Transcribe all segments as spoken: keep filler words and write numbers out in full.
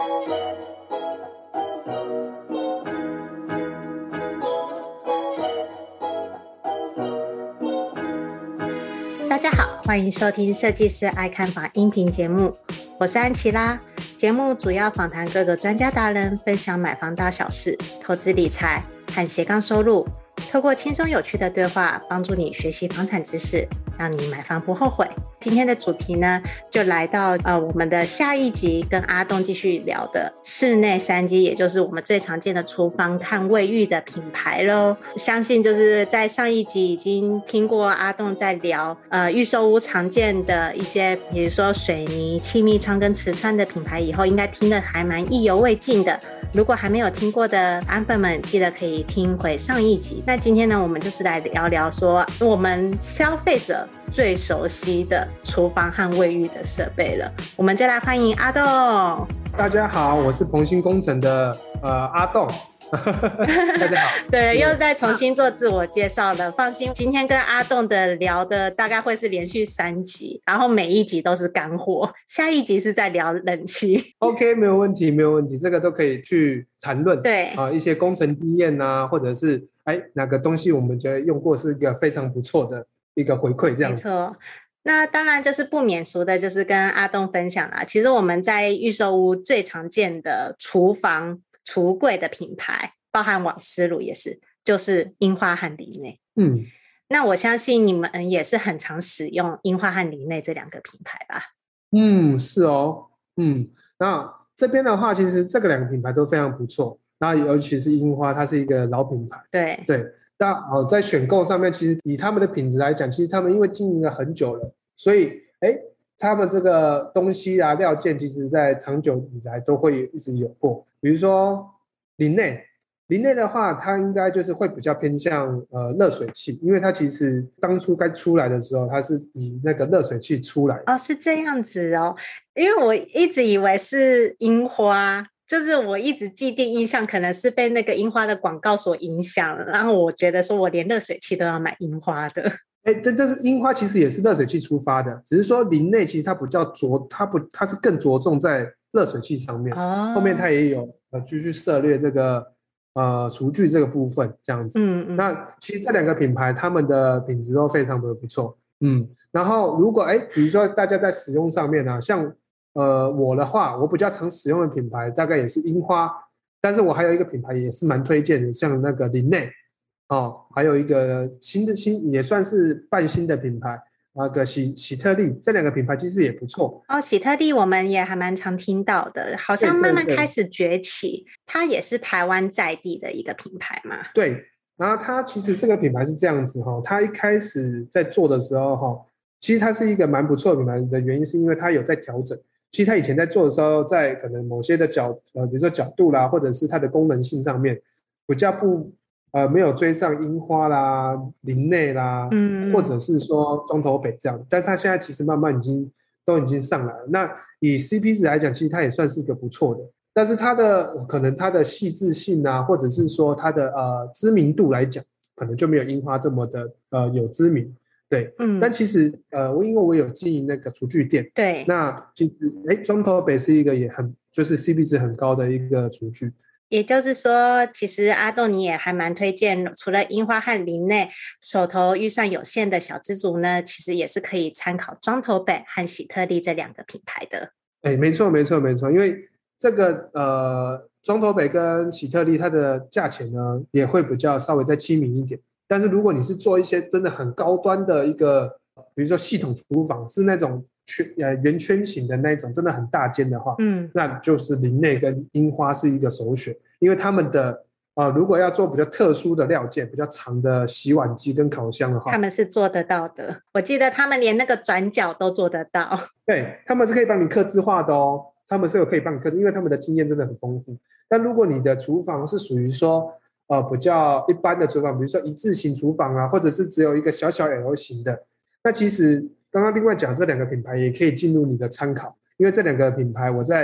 大家好，欢迎收听设计师爱看房音频节目，我是安琪拉。节目主要访谈各个专家达人，分享买房大小事、投资理财和斜杠收入，透过轻松有趣的对话，帮助你学习房产知识，让你买房不后悔。今天的主题呢，就来到呃我们的下一集，跟阿栋继续聊的室内三机，也就是我们最常见的厨房和卫浴的品牌咯。相信就是在上一集已经听过阿栋在聊呃预售屋常见的一些，比如说水泥、气密窗跟瓷砖的品牌，以后应该听得还蛮意犹未尽的。如果还没有听过的安粉们，记得可以听回上一集。那今天呢，我们就是来聊聊说我们消费者最熟悉的厨房和卫浴的设备了。我们就来欢迎阿栋。 大家好，我是鹏兴工程的呃阿栋。大家好。 对，又再重新做自我介绍了。放心，今天跟阿栋的聊的大概会是连续三集，然后每一集都是干货。下一集是在聊冷气。 OK， 没有问题，没有问题，这个都可以去谈论。 对啊、呃，一些工程经验啊，或者是哎哪个东西我们觉得用过是一个非常不错的一个回馈，这样子。 没错。那当然就是不免俗的，就是跟阿栋分享啦。其实我们在预售屋最常见的厨房橱柜的品牌，包含瓦斯炉也是，就是樱花和林内。 嗯， 那我相信你们也是很常使用樱花和林内这两个品牌吧？ 嗯，是哦。嗯，那这边的话，其实这个两个品牌都非常不错。那尤其是樱花，它是一个老品牌。 对对。那哦，在选购上面，其实以他们的品质来讲，其实他们因为经营了很久了，所以哎，他们这个东西啊料件，其实在长久以来都会一直有过。比如说林内，林内的话，它应该就是会比较偏向呃热水器，因为它其实当初该出来的时候，它是以那个热水器出来。 哦，是这样子哦，因为我一直以为是樱花。就是我一直既定印象可能是被那个樱花的广告所影响，然后我觉得说我连热水器都要买樱花的。 哎，这这是樱花其实也是热水器出发的，只是说林内其实它比较着，它不它是更着重在热水器上面。 哦， 后面它也有呃继续涉猎这个呃厨具这个部分这样子。 嗯嗯。 那其实这两个品牌他们的品质都非常的不错。嗯，然后如果哎比如说大家在使用上面啊，像呃，我的话，我比较常使用的品牌大概也是樱花，但是我还有一个品牌也是蛮推荐的，像那个林内哦，还有一个新的新也算是半新的品牌，那个喜喜特利，这两个品牌其实也不错。 哦，喜特利我们也还蛮常听到的，好像慢慢开始崛起。它也是台湾在地的一个品牌嘛。 对，然后它其实这个品牌是这样子哈、哦，它一开始在做的时候哈、哦，其实它是一个蛮不错的品牌的原因是因为它有在调整。其实它以前在做的时候，在可能某些的角呃，比如说角度啦，或者是它的功能性上面，比较不呃没有追上樱花啦、林内啦， 嗯， 或者是说中投北这样。但它现在其实慢慢已经都已经上来了。那以 C P 值来讲，其实它也算是一个不错的。但是它的可能它的细致性啊，或者是说它的呃知名度来讲，可能就没有樱花这么的呃有知名。对，嗯，但其实呃，我因为我有经营那个厨具店， 对， 那其实哎，中投北是一个也很就是 C P 值很高的一个厨具。 也就是说，其实阿栋你也还蛮推荐，除了樱花和林内，手头预算有限的小资族呢，其实也是可以参考庄头北和喜特利这两个品牌的。 哎，没错没错没错，因为这个呃，庄头北跟喜特利它的价钱呢也会比较稍微再亲民一点。但是如果你是做一些真的很高端的一个，比如说系统厨房，是那种圈呃圆圈型的那种，真的很大间的话，嗯，那就是林内跟樱花是一个首选，因为他们的呃，如果要做比较特殊的料件，比较长的洗碗机跟烤箱的话， 他们是做得到的。我记得他们连那个转角都做得到。 对，他们是可以帮你客制化的哦，他们是有可以帮你客制，因为他们的经验真的很丰富。但如果你的厨房是属于说呃，比较一般的厨房，比如说一字型厨房啊，或者是只有一个小小 L 型的，那其实刚刚另外讲这两个品牌也可以进入你的参考，因为这两个品牌我在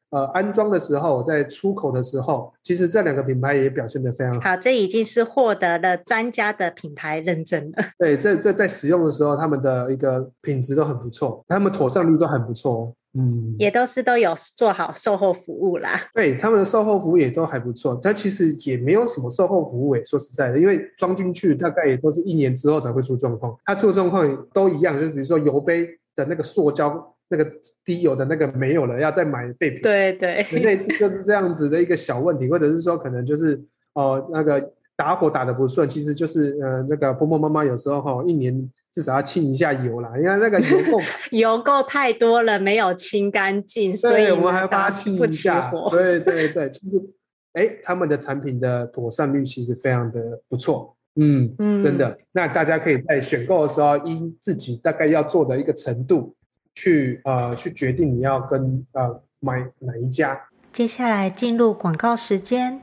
呃安装的时候，在出口的时候，其实这两个品牌也表现得非常好。 好，这已经是获得了专家的品牌认证了。 对，这这在使用的时候，他们的一个品质都很不错，他们妥善率都很不错哦。嗯， 也都是都有做好售后服务啦。 对，他们的售后服务也都还不错，但其实也没有什么售后服务诶，说实在的，因为装进去大概也都是一年之后才会出状况，它出的状况都一样，就是比如说油杯的那个塑胶那个滴油的那个没有了，要再买备品。 对对， 类似就是这样子的一个小问题，或者是说可能就是哦、呃、那个打火打得不顺，其实就是呃那个婆婆妈妈有时候哈、哦、一年至少要清一下油啦，因为那个油够油垢太多了，没有清干净，所以对，我们还帮他清不一下。 起火。 对对对，其实哎，他们的产品的妥善率其实非常的不错。嗯， 嗯， 真的。那大家可以在选购的时候，依自己大概要做的一个程度，去呃去决定你要跟呃买哪一家。 接下来进入广告时间。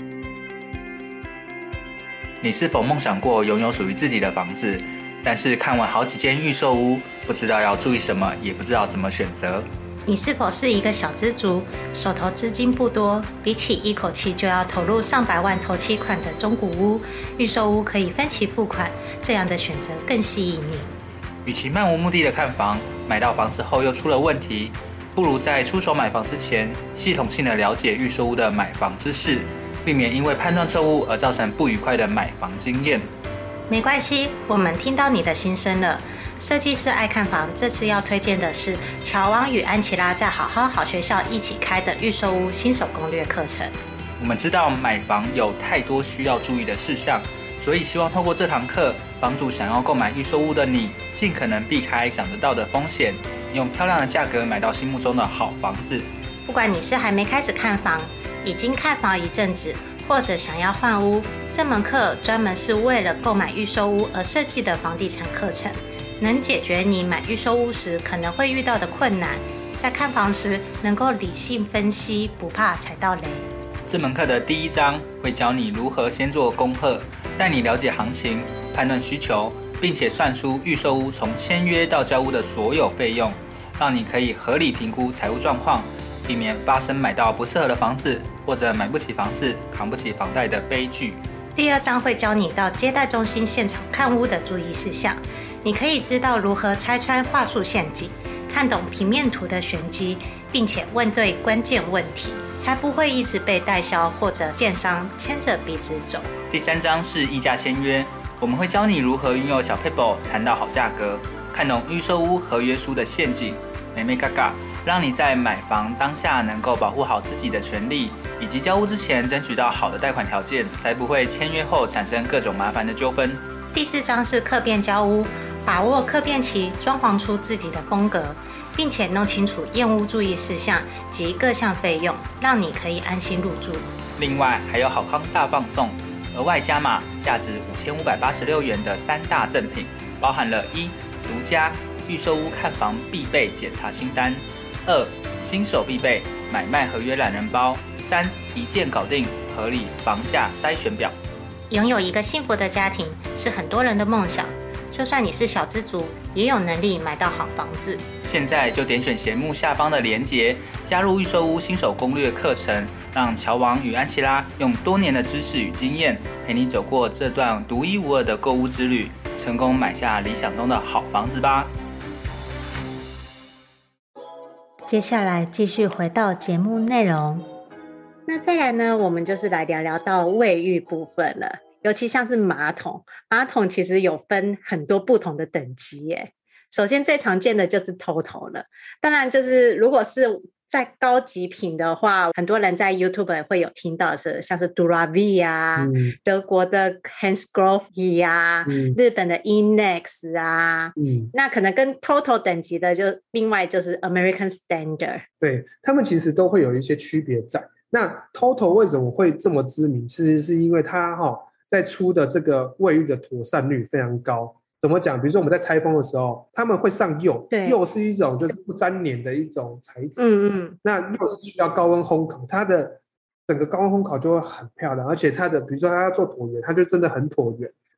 你是否梦想过拥有属于自己的房子，但是看完好几间预售屋，不知道要注意什么，也不知道怎么选择？ 你是否是一个小资族，手头资金不多，比起一口气就要投入上百万头期款的中古屋，预售屋可以分期付款，这样的选择更吸引你。 与其漫无目的的看房，买到房子后又出了问题，不如在出手买房之前，系统性的了解预售屋的买房知识，避免因为判断错误而造成不愉快的买房经验。 没关系，我们听到你的心声了。设计师爱看房，这次要推荐的是乔王与安琪拉在好好好学校一起开的预售屋新手攻略课程。 我们知道买房有太多需要注意的事项，所以希望透过这堂课，帮助想要购买预售屋的你，尽可能避开想得到的风险，用漂亮的价格买到心目中的好房子。 不管你是还没开始看房，已经看房一阵子，或者想要换屋，这门课专门是为了购买预售屋而设计的房地产课程，能解决你买预售屋时可能会遇到的困难，在看房时能够理性分析，不怕踩到雷。 这门课的第一章会教你如何先做功课，带你了解行情，判断需求，并且算出预售屋从签约到交屋的所有费用，让你可以合理评估财务状况，避免发生买到不适合的房子，或者买不起房子、扛不起房贷的悲剧。 第二章会教你到接待中心现场看屋的注意事项，你可以知道如何拆穿话术陷阱，看懂平面图的玄机，并且问对关键问题，才不会一直被代销或者建商牵着鼻子走。 第三章是议价签约，我们会教你如何运用小 paper 谈到好价格，看懂预售屋合约书的陷阱，眉眉嘎嘎，让你在买房当下能够保护好自己的权利，以及交屋之前争取到好的贷款条件，才不会签约后产生各种麻烦的纠纷。 第四章是客变交屋，把握客变期，装潢出自己的风格，并且弄清楚验屋注意事项及各项费用，让你可以安心入住。 另外还有好康大放送，额外加码价值五千五百八十六元的三大赠品，包含了一独家预售屋看房必备检查清单，二新手必备买卖合约懒人包，三一键搞定合理房价筛选表。 拥有一个幸福的家庭是很多人的梦想，就算你是小资族，也有能力买到好房子。 现在就点选节目下方的连结，加入预售屋新手攻略课程，让乔王与安琪拉用多年的知识与经验，陪你走过这段独一无二的购屋之旅，成功买下理想中的好房子吧。 接下来继续回到节目内容。那再来呢，我们就是来聊聊到卫浴部分了，尤其像是马桶，马桶其实有分很多不同的等级耶。首先最常见的就是 TOTO 了，当然就是如果是在高级品的话，很多人在 YouTube 会有听到的是像是 Dura-V 啊、嗯、德国的 Hansgrohe 啊、嗯、日本的 Inex 啊、嗯、那可能跟 TOTO 等级的就另外就是 American Standard。 对，他们其实都会有一些区别在。那 TOTO 为什么会这么知名？其实是因为它、哦、在出的这个卫浴的妥善率非常高。怎么讲？比如说我们在拆封的时候，他们会上釉，釉是一种就是不粘黏的一种材质。嗯嗯。那釉是需要高温烘烤，它的整个高温烘烤就会很漂亮，而且它的比如说它要做椭圆，它就真的很椭圆。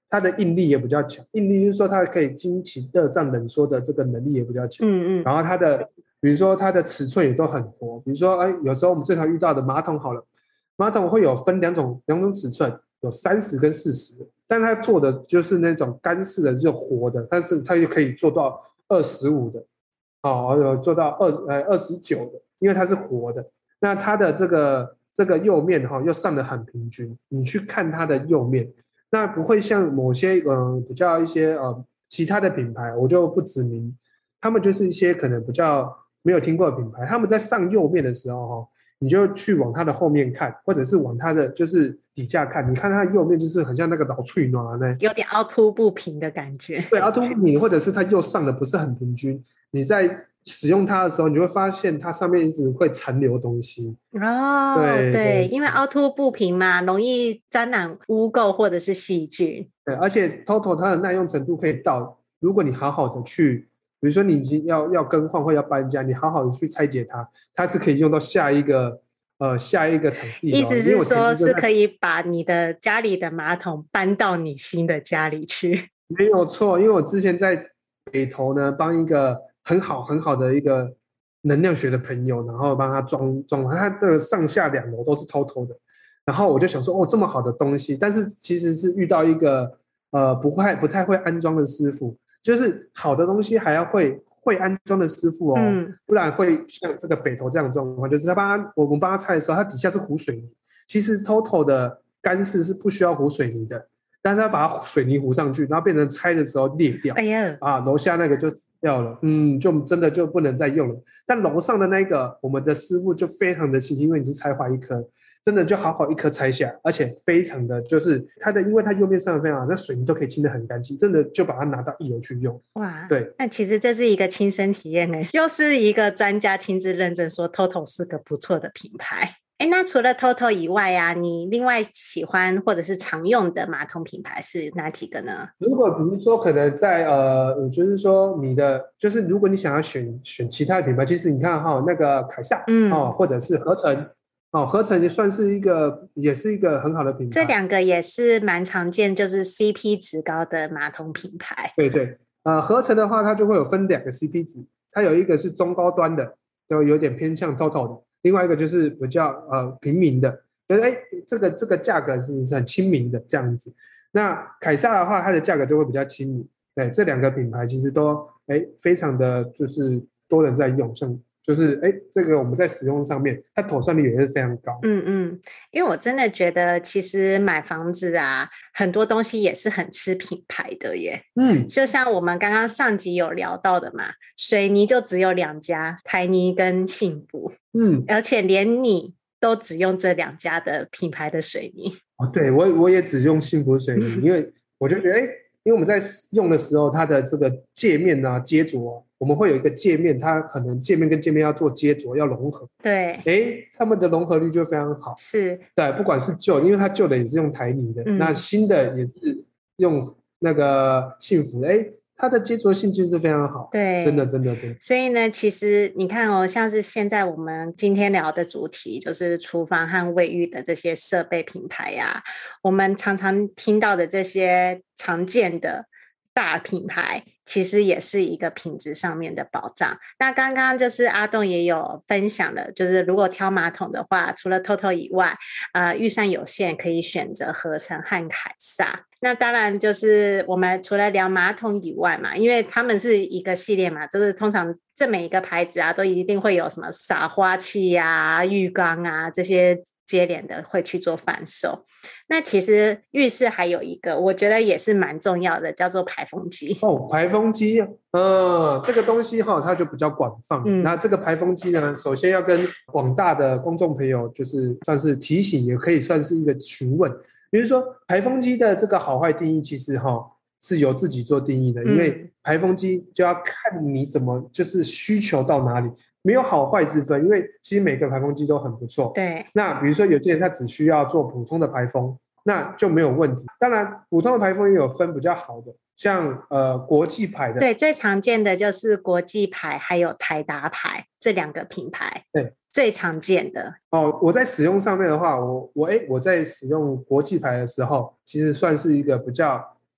它的应力也比较强，应力就是说它可以经起热胀冷缩的这个能力也比较强。 嗯嗯， 然后它的比如说它的尺寸也都很活，比如说哎，有时候我们最常遇到的马桶好了，马桶会有分两种两种尺寸，有三十跟四十，但它做的就是那种干式的，就活的，但是它又可以做到二十五的，哦，有做到二呃二十九的，因为它是活的。那它的这个这个釉面哈、哦、又上得很平均，你去看它的釉面，那不会像某些呃比较一些呃其他的品牌，我就不指名，他们就是一些可能比较没有听过的品牌，他们在上釉面的时候哈、哦，你就去往它的后面看，或者是往它的就是底下看，你看它的釉面就是很像那个老脆暖呢， 有点凹凸不平的感觉。 对，凹凸不平，或者是它釉上的不是很平均，你在使用它的时候，你就会发现它上面一直会残留东西。 哦， 对对， 对因为凹凸不平嘛，容易沾染污垢或者是细菌。 对，而且 Toto 它的耐用程度可以到，如果你好好的去，比如说你已经要要更换或要搬家，你好好的去拆解它，它是可以用到下一个呃下一个场地的、哦。 意思是说，是可以以把你的家里的马桶搬到你新的家里去。 没有错，因为我之前在北投呢，帮一个很好很好的一个能量学的朋友，然后帮他装装，他的上下两楼都是 Toto 的，然后我就想说，哦，这么好的东西，但是其实是遇到一个呃不会不太会安装的师傅，就是好的东西还要会会安装的师傅哦， 嗯， 不然会像这个北投这样的状况，就是他帮他我们帮他拆的时候，他底下是糊水泥，其实 Toto 的干式是不需要糊水泥的。但是他把水泥糊上去，然后变成拆的时候裂掉， 哎呀， 啊，楼下那个就掉了，嗯，就真的就不能再用了。但楼上的那个，我们的师傅就非常的细心，因为你是拆坏一颗，真的就好好一颗拆下，而且非常的就是它的，因为它釉面上的非常好，那水泥都可以清得很干净，真的就把它拿到一楼去用。 哇， 对， 那其实这是一个亲身体验呢，又是一个专家亲自认证说 Toto 是个不错的品牌。哎，那除了 Toto 以外啊，你另外喜欢或者是常用的马桶品牌是哪几个呢？ 如果比如说可能在呃，就是说你的就是如果你想要选选其他的品牌，其实你看哈、哦，那个凯撒，嗯，哦，或者是合成，哦，合成也算是一个也是一个很好的品牌。 这两个也是蛮常见，就是 C P 值高的马桶品牌。 对对，呃，合成的话，它就会有分两个 C P 值，它有一个是中高端的，就有点偏向 Toto 的。另外一个就是比较呃平民的，就是哎这个这个价格是是很亲民的这样子。那凯撒的话，它的价格就会比较亲民。对，这两个品牌其实都哎非常的就是多人在用，像就是哎这个我们在使用上面，它妥善率也是非常高。 嗯嗯，因为我真的觉得其实买房子啊，很多东西也是很吃品牌的耶。嗯，就像我们刚刚上集有聊到的嘛，水泥就只有两家，台泥跟信福。嗯，而且连你都只用这两家的品牌的水泥。 哦，对，我我也只用幸福水泥，因为我就觉得，哎，因为我们在用的时候，它的这个界面啊、接着、啊，我们会有一个界面，它可能界面跟界面要做接着，要融合。 对， 哎，他们的融合率就非常好。 是， 对，不管是旧，因为它旧的也是用台泥的，嗯、那新的也是用那个幸福的，哎。它的接着性就是非常好， 对， 真的真的真的。 所以呢，其实你看哦，像是现在我们今天聊的主题，就是厨房和卫浴的这些设备品牌呀、啊，我们常常听到的这些常见的大品牌，其实也是一个品质上面的保障。那刚刚就是阿栋也有分享了，就是如果挑马桶的话，除了 Toto 以外，呃，预算有限可以选择合成和凯撒。那当然就是我们除了聊马桶以外嘛，因为他们是一个系列嘛，就是通常这每一个牌子啊都一定会有什么洒花器啊、浴缸啊这些接连的会去做贩售。那其实浴室还有一个我觉得也是蛮重要的，叫做排风机。 哦，排风机，呃，这个东西哈、哦，它就比较广泛。嗯、那这个排风机呢，首先要跟广大的公众朋友就是算是提醒，也可以算是一个询问。比如说排风机的这个好坏定义，其实哈、哦、是由自己做定义的，因为排风机就要看你怎么就是需求到哪里，没有好坏之分，因为其实每个排风机都很不错。 对， 那比如说有些人他只需要做普通的排风，那就没有问题。当然，普通的排风也有分比较好的，像呃国际牌的， 对，最常见的就是国际牌还有台达牌这两个品牌， 对， 最常见的。 哦，我在使用上面的话，我我哎我在使用国际牌的时候，其实算是一个比较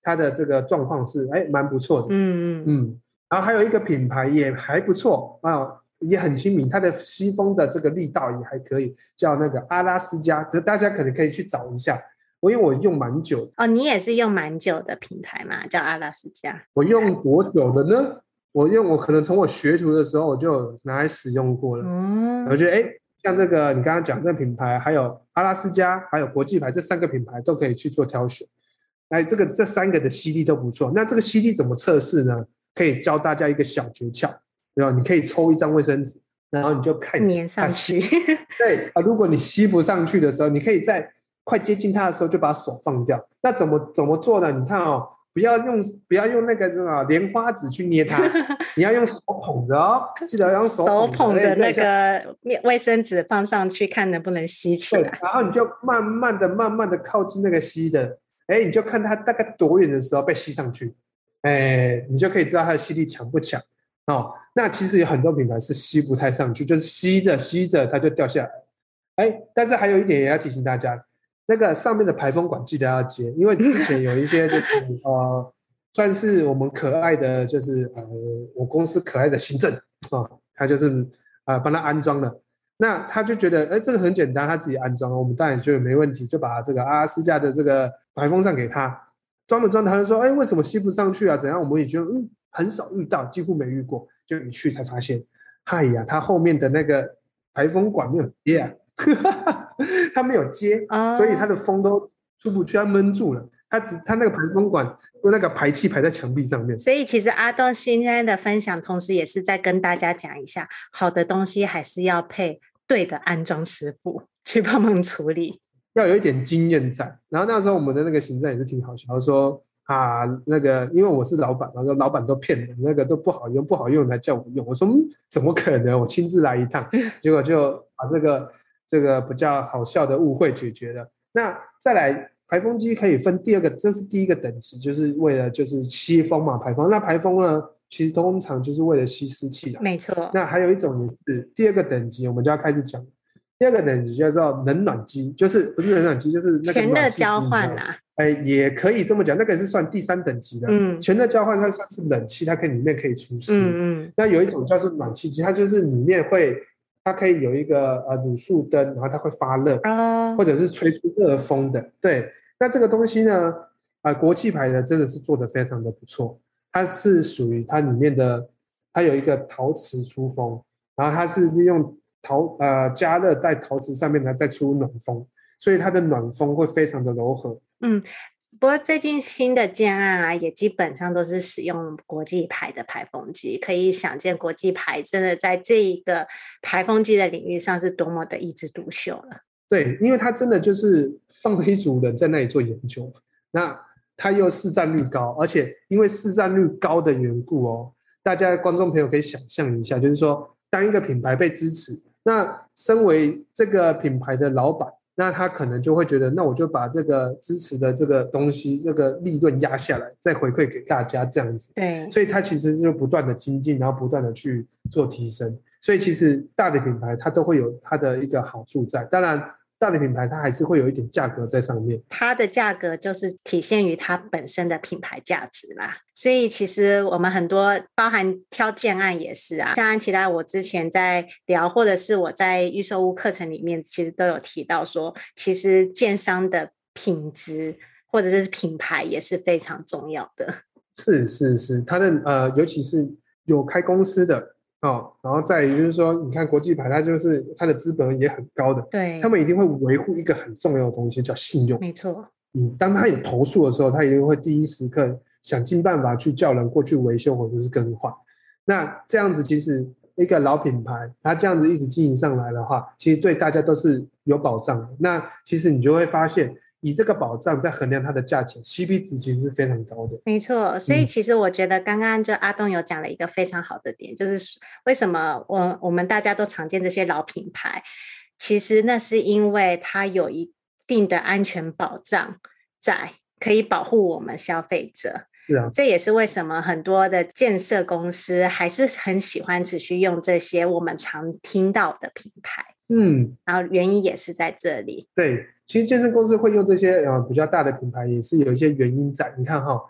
它的这个状况是哎蛮不错的。 嗯嗯嗯，然后还有一个品牌也还不错啊，也很亲民，它的吸风的这个力道也还可以，叫那个阿拉斯加，可大家可能可以去找一下。我因为我用蛮久的。 哦，你也是用蛮久的品牌嘛，叫阿拉斯加。 我用多久的呢？我用我可能从我学徒的时候我就拿来使用过了。 哦， 我觉得哎，像这个你刚刚讲这个品牌，还有阿拉斯加，还有国际牌这三个品牌都可以去做挑选。哎，这个这三个的吸力都不错。那这个吸力怎么测试呢？可以教大家一个小诀窍，对吧？你可以抽一张卫生纸，然后你就看粘上去。 对啊，如果你吸不上去的时候，你可以在快接近它的时候就把手放掉。那怎么怎么做呢？你看哦，不要用不要用那个什么莲花指去捏它，你要用手捧着哦，记得要用手手捧着那个卫生纸放上去，看能不能吸起来。 然后你就慢慢的、慢慢的靠近那个吸的，哎，你就看它大概多远的时候被吸上去，哎，你就可以知道它的吸力强不强哦。那其实有很多品牌是吸不太上去，就是吸着吸着它就掉下来。哎，但是还有一点也要提醒大家。那个上面的排风管记得要接，因为之前有一些就是呃，算是我们可爱的，就是呃，我公司可爱的行政啊、哦，他就是呃帮他安装了。那他就觉得，哎，这个很简单，他自己安装，我们当然觉得没问题，就把这个阿拉斯加的这个排风扇给他装了装，他就说，哎，为什么吸不上去啊？怎样？我们也觉得嗯很少遇到，几乎没遇过，就一去才发现，嗨呀，他后面的那个排风管没有接啊。它没有接，哦，所以它的风都出不去，它闷住了。它只它那个排风管用那个排气排在墙壁上面。 所以其实阿栋现在的分享，同时也是在跟大家讲一下，好的东西还是要配对的安装师傅去帮忙处理， 要有一点经验在。然后那时候我们的那个行政也是挺好笑，他说啊，那个因为我是老板，然后老板都骗人，那个都不好用，不好用才叫我用。我说嗯，怎么可能？我亲自来一趟，结果就把这个。这个比较好笑的误会解决了。那再来，排风机可以分第二个，这是第一个等级，就是为了就是吸风嘛，排风。那排风呢，其实通常就是为了吸湿气的。 没错。 那还有一种也是第二个等级，我们就要开始讲。第二个等级叫做冷暖机，就是不是冷暖机，就是那个全热交换啦。 哎，也可以这么讲，那个是算第三等级的。嗯，全热交换它算是冷气，它可以里面可以除湿。嗯嗯。那有一种叫做暖气机，它就是里面会。它可以有一个呃卤素灯，然后它会发热，哦，或者是吹出热风的。对，那这个东西呢，呃，国际牌的真的是做得非常的不错。它是属于它里面的，它有一个陶瓷出风，然后它是利用陶呃加热在陶瓷上面呢再出暖风，所以它的暖风会非常的柔和。 嗯。不过最近新的建案啊，也基本上都是使用国际牌的排风机，可以想见国际牌真的在这一个排风机的领域上是多么的一枝独秀了。 对，因为它真的就是放了一组人在那里做研究，那它又市占率高，而且因为市占率高的缘故哦，大家观众朋友可以想象一下，就是说当一个品牌被支持，那身为这个品牌的老板。那他可能就会觉得，那我就把这个支持的这个东西，这个利润压下来，再回馈给大家这样子。 对， 所以他其实就不断的精进，然后不断的去做提升。所以其实大的品牌它都会有它的一个好处在，当然大的品牌它还是会有一点价格在上面， 它的价格就是体现于它本身的品牌价值啦。所以其实我们很多包含挑建案也是啊，像安琪拉我之前在聊，或者是我在预售屋课程里面其实都有提到说，其实建商的品质或者是品牌也是非常重要的。 是是是，它的呃尤其是有开公司的哦，然后再也就是说，你看国际牌，它就是它的资本也很高的， 对， 他们一定会维护一个很重要的东西，叫信用。 没错， 嗯，当他有投诉的时候，他一定会第一时刻想尽办法去叫人过去维修或者是更换。那这样子，其实一个老品牌，它这样子一直经营上来的话，其实对大家都是有保障的。那其实你就会发现，以这个保障在衡量它的价钱 ，C P 值其实是非常高的。 没错，所以其实我觉得刚刚就阿栋有讲了一个非常好的点，就是为什么我我们大家都常见这些老品牌，其实那是因为它有一定的安全保障在，可以保护我们消费者。 是啊， 这也是为什么很多的建设公司还是很喜欢持续用这些我们常听到的品牌。嗯，然后原因也是在这里。 对，其实健身公司会用这些呃比较大的品牌，也是有一些原因在。你看哈，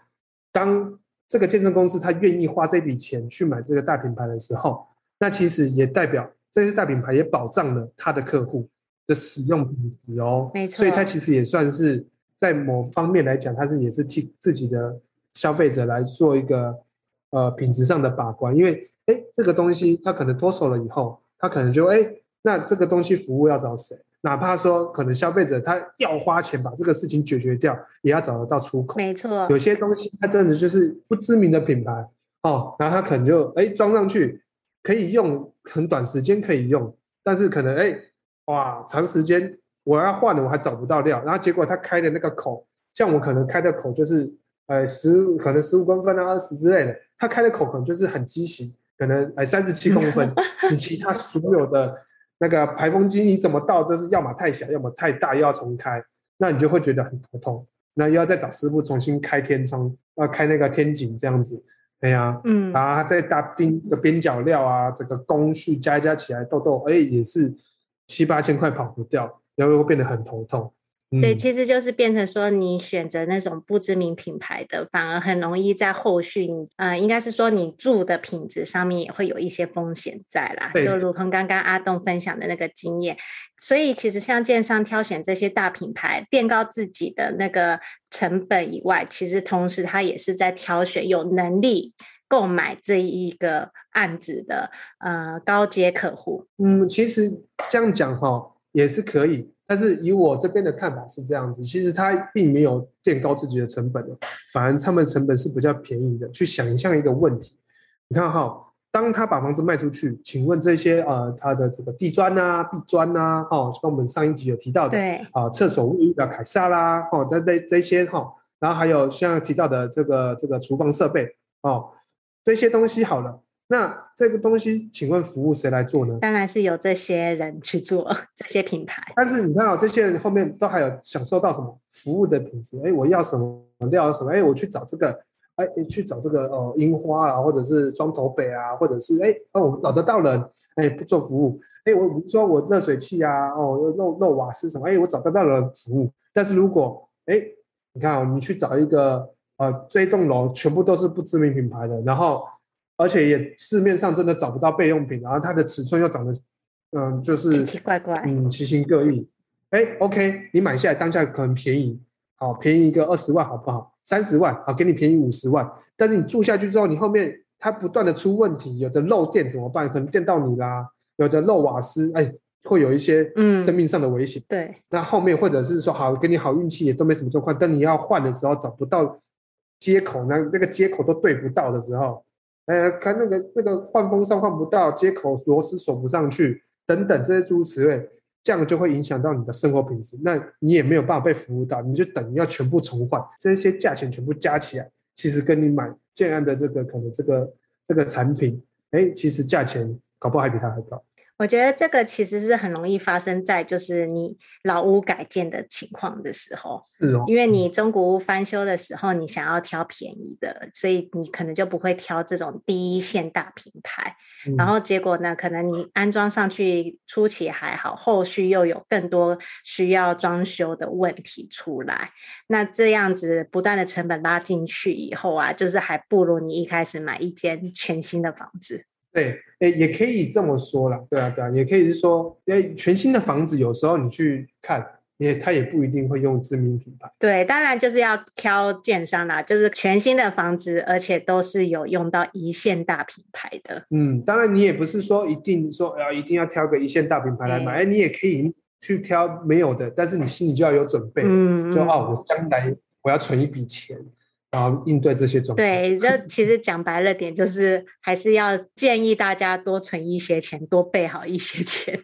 当这个建设公司他愿意花这笔钱去买这个大品牌的时候，那其实也代表这些大品牌也保障了他的客户的使用品质哦。 没错， 所以他其实也算是在某方面来讲，他是也是替自己的消费者来做一个呃品质上的把关，因为哎这个东西他可能脱手了以后，他可能就哎那这个东西服务要找谁？哪怕说可能消费者他要花钱把这个事情解决掉，也要找得到出口。 没错， 有些东西它真的就是不知名的品牌哦，然后它可能就哎装上去可以用，很短时间可以用，但是可能哎哇长时间我要换了我还找不到料，然后结果它开的那个口，像我可能开的口就是呃十可能十五公分啊二十之类的，它开的口可能就是很畸形，可能哎三十七公分，你其他所有的那个排风机你怎么倒都是要么太小，要么太大，又要重开，那你就会觉得很头痛。那又要再找师傅重新开天窗，要开那个天井这样子，哎呀，嗯，然后他再搭钉这个边角料啊，这个工序加一加起来，豆豆哎也是七八千块跑不掉，然后会变得很头痛。 对，其实就是变成说，你选择那种不知名品牌的，反而很容易在后续你，呃，应该是说你住的品质上面也会有一些风险在啦。就如同刚刚阿栋分享的那个经验，所以其实像建商挑选这些大品牌，垫高自己的那个成本以外，其实同时他也是在挑选有能力购买这一个案子的呃高阶客户。 嗯，其实这样讲哈也是可以。但是以我这边的看法是这样子，其实他并没有垫高自己的成本，反而他们成本是比较便宜的。去想象一个问题，你看哈，当他把房子卖出去，请问这些呃他的这个地砖啊、壁砖啊，哦，像我们上一集有提到的， 对啊、呃，厕所卫浴的凯撒啦，哦，这这这些哈、哦，然后还有像提到的这个这个厨房设备哦，这些东西好了。那这个东西，请问服务谁来做呢？ 当然是由这些人去做，这些品牌。 但是你看啊、哦，这些人后面都还有享受到什么服务的品质？哎，我要什么料什么？哎，我去找这个，哎，去找这个哦，樱花啊，或者是庄头北啊，或者是哎，哦，我找得到人，哎，不做服务。哎，我比如说我热水器啊，哦，漏漏瓦斯什么，哎，我找得到人服务。但是如果哎，你看啊、哦，你去找一个呃，这一栋楼全部都是不知名品牌的，然后。而且也市面上真的找不到备用品，然后它的尺寸又长得，嗯，就是奇奇怪怪， 嗯，奇形各异。哎 ，OK， 你买下来当下可能便宜，好，便宜一个二十万好不好？三十万，好，给你便宜五十万。但是你住下去之后，你后面它不断的出问题，有的漏电怎么办？可能电到你啦，有的漏瓦斯，哎，会有一些生命上的危险。 嗯、对， 那后面或者是说好，给你好运气也都没什么状况，但你要换的时候找不到接口，那那个接口都对不到的时候。呃，看那个那个换风扇换不到，接口螺丝锁不上去，等等这些诸如此类，这样就会影响到你的生活品质。那你也没有办法被服务到，你就等于要全部重换，这些价钱全部加起来，其实跟你买建案的这个可能这个这个产品，哎，其实价钱搞不好还比它还高。 我觉得这个其实是很容易发生在就是你老屋改建的情况的时候， 是哦， 因为你中古屋翻修的时候，你想要挑便宜的，所以你可能就不会挑这种第一线大品牌。嗯、然后结果呢，可能你安装上去初期还好，后续又有更多需要装修的问题出来。那这样子不断的成本拉进去以后啊，就是还不如你一开始买一间全新的房子。 对，也可以这么说啦，对啊，对啊，也可以是说，全新的房子有时候你去看，也它也不一定会用知名品牌。 对，当然就是要挑建商啦，就是全新的房子，而且都是有用到一线大品牌的。 嗯，当然你也不是说一定说要一定要挑个一线大品牌来买，哎、嗯，你也可以去挑没有的，但是你心里就要有准备，嗯，就哦，我将来我要存一笔钱。然后应对这些状况。 对，这其实讲白了点，就是还是要建议大家多存一些钱，多备好一些钱，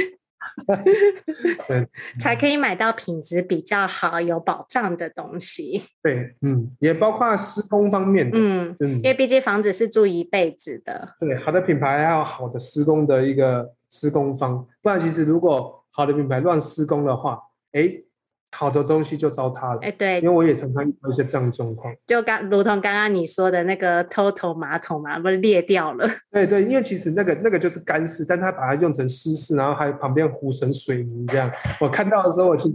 对， 才可以买到品质比较好、有保障的东西。 对，嗯，也包括施工方面的， 嗯，嗯因为毕竟房子是住一辈子的。 对，好的品牌还有好的施工的一个施工方，不然其实如果好的品牌乱施工的话，哎。好的东西就糟蹋了， 哎，对， 因为我也常常遇到一些这样的状况， 就刚如同刚刚你说的那个偷头马桶嘛，不是裂掉了？ 对对，因为其实那个那个就是干式，但他把它用成湿式，然后还旁边糊成水泥这样。我看到的时候，我其实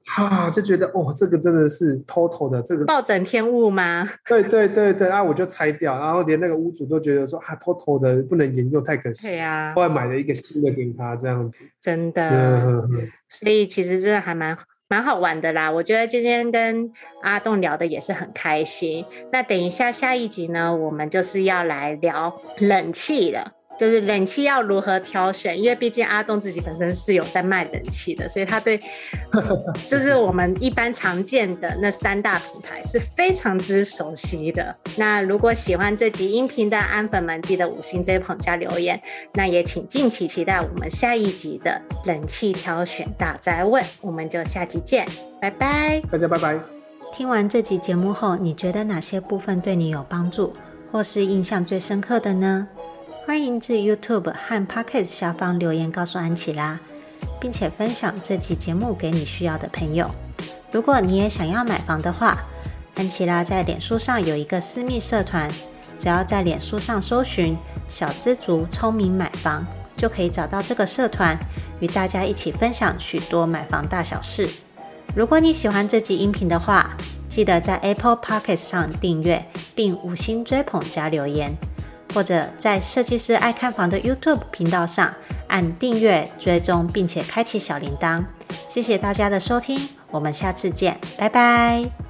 哈，就觉得哦，这个真的是偷偷的这个暴殄天物吗？ 对对对对啊，我就拆掉，然后连那个屋主都觉得说啊，偷偷的不能沿用，太可惜。 对啊， 后来买了一个新的给他，这样子。 真的， 嗯嗯嗯、 所以其实真的还蛮蛮好玩的啦。我觉得今天跟阿栋聊的也是很开心。那等一下下一集呢，我们就是要来聊冷气了。就是冷气要如何挑选，因为毕竟阿栋自己本身是有在卖冷气的，所以他对就是我们一般常见的那三大品牌是非常之熟悉的。那如果喜欢这集音频的安粉们，记得五星追捧加留言，那也请敬请期待我们下一集的冷气挑选大哉问，我们就下集见，拜拜， 大家拜拜。 听完这集节目后，你觉得哪些部分对你有帮助，或是印象最深刻的呢？欢迎至 YouTube 和 Podcast 下方留言告诉安琪拉，并且分享这集节目给你需要的朋友。如果你也想要买房的话，安琪拉在脸书上有一个私密社团，只要在脸书上搜寻小资族聪明买房，就可以找到这个社团，与大家一起分享许多买房大小事。如果你喜欢这集音频的话，记得在 Apple Podcast 上订阅并五星追捧加留言，或者在设计师爱看房的 YouTube 频道上按订阅追踪，并且开启小铃铛。谢谢大家的收听，我们下次见，拜拜。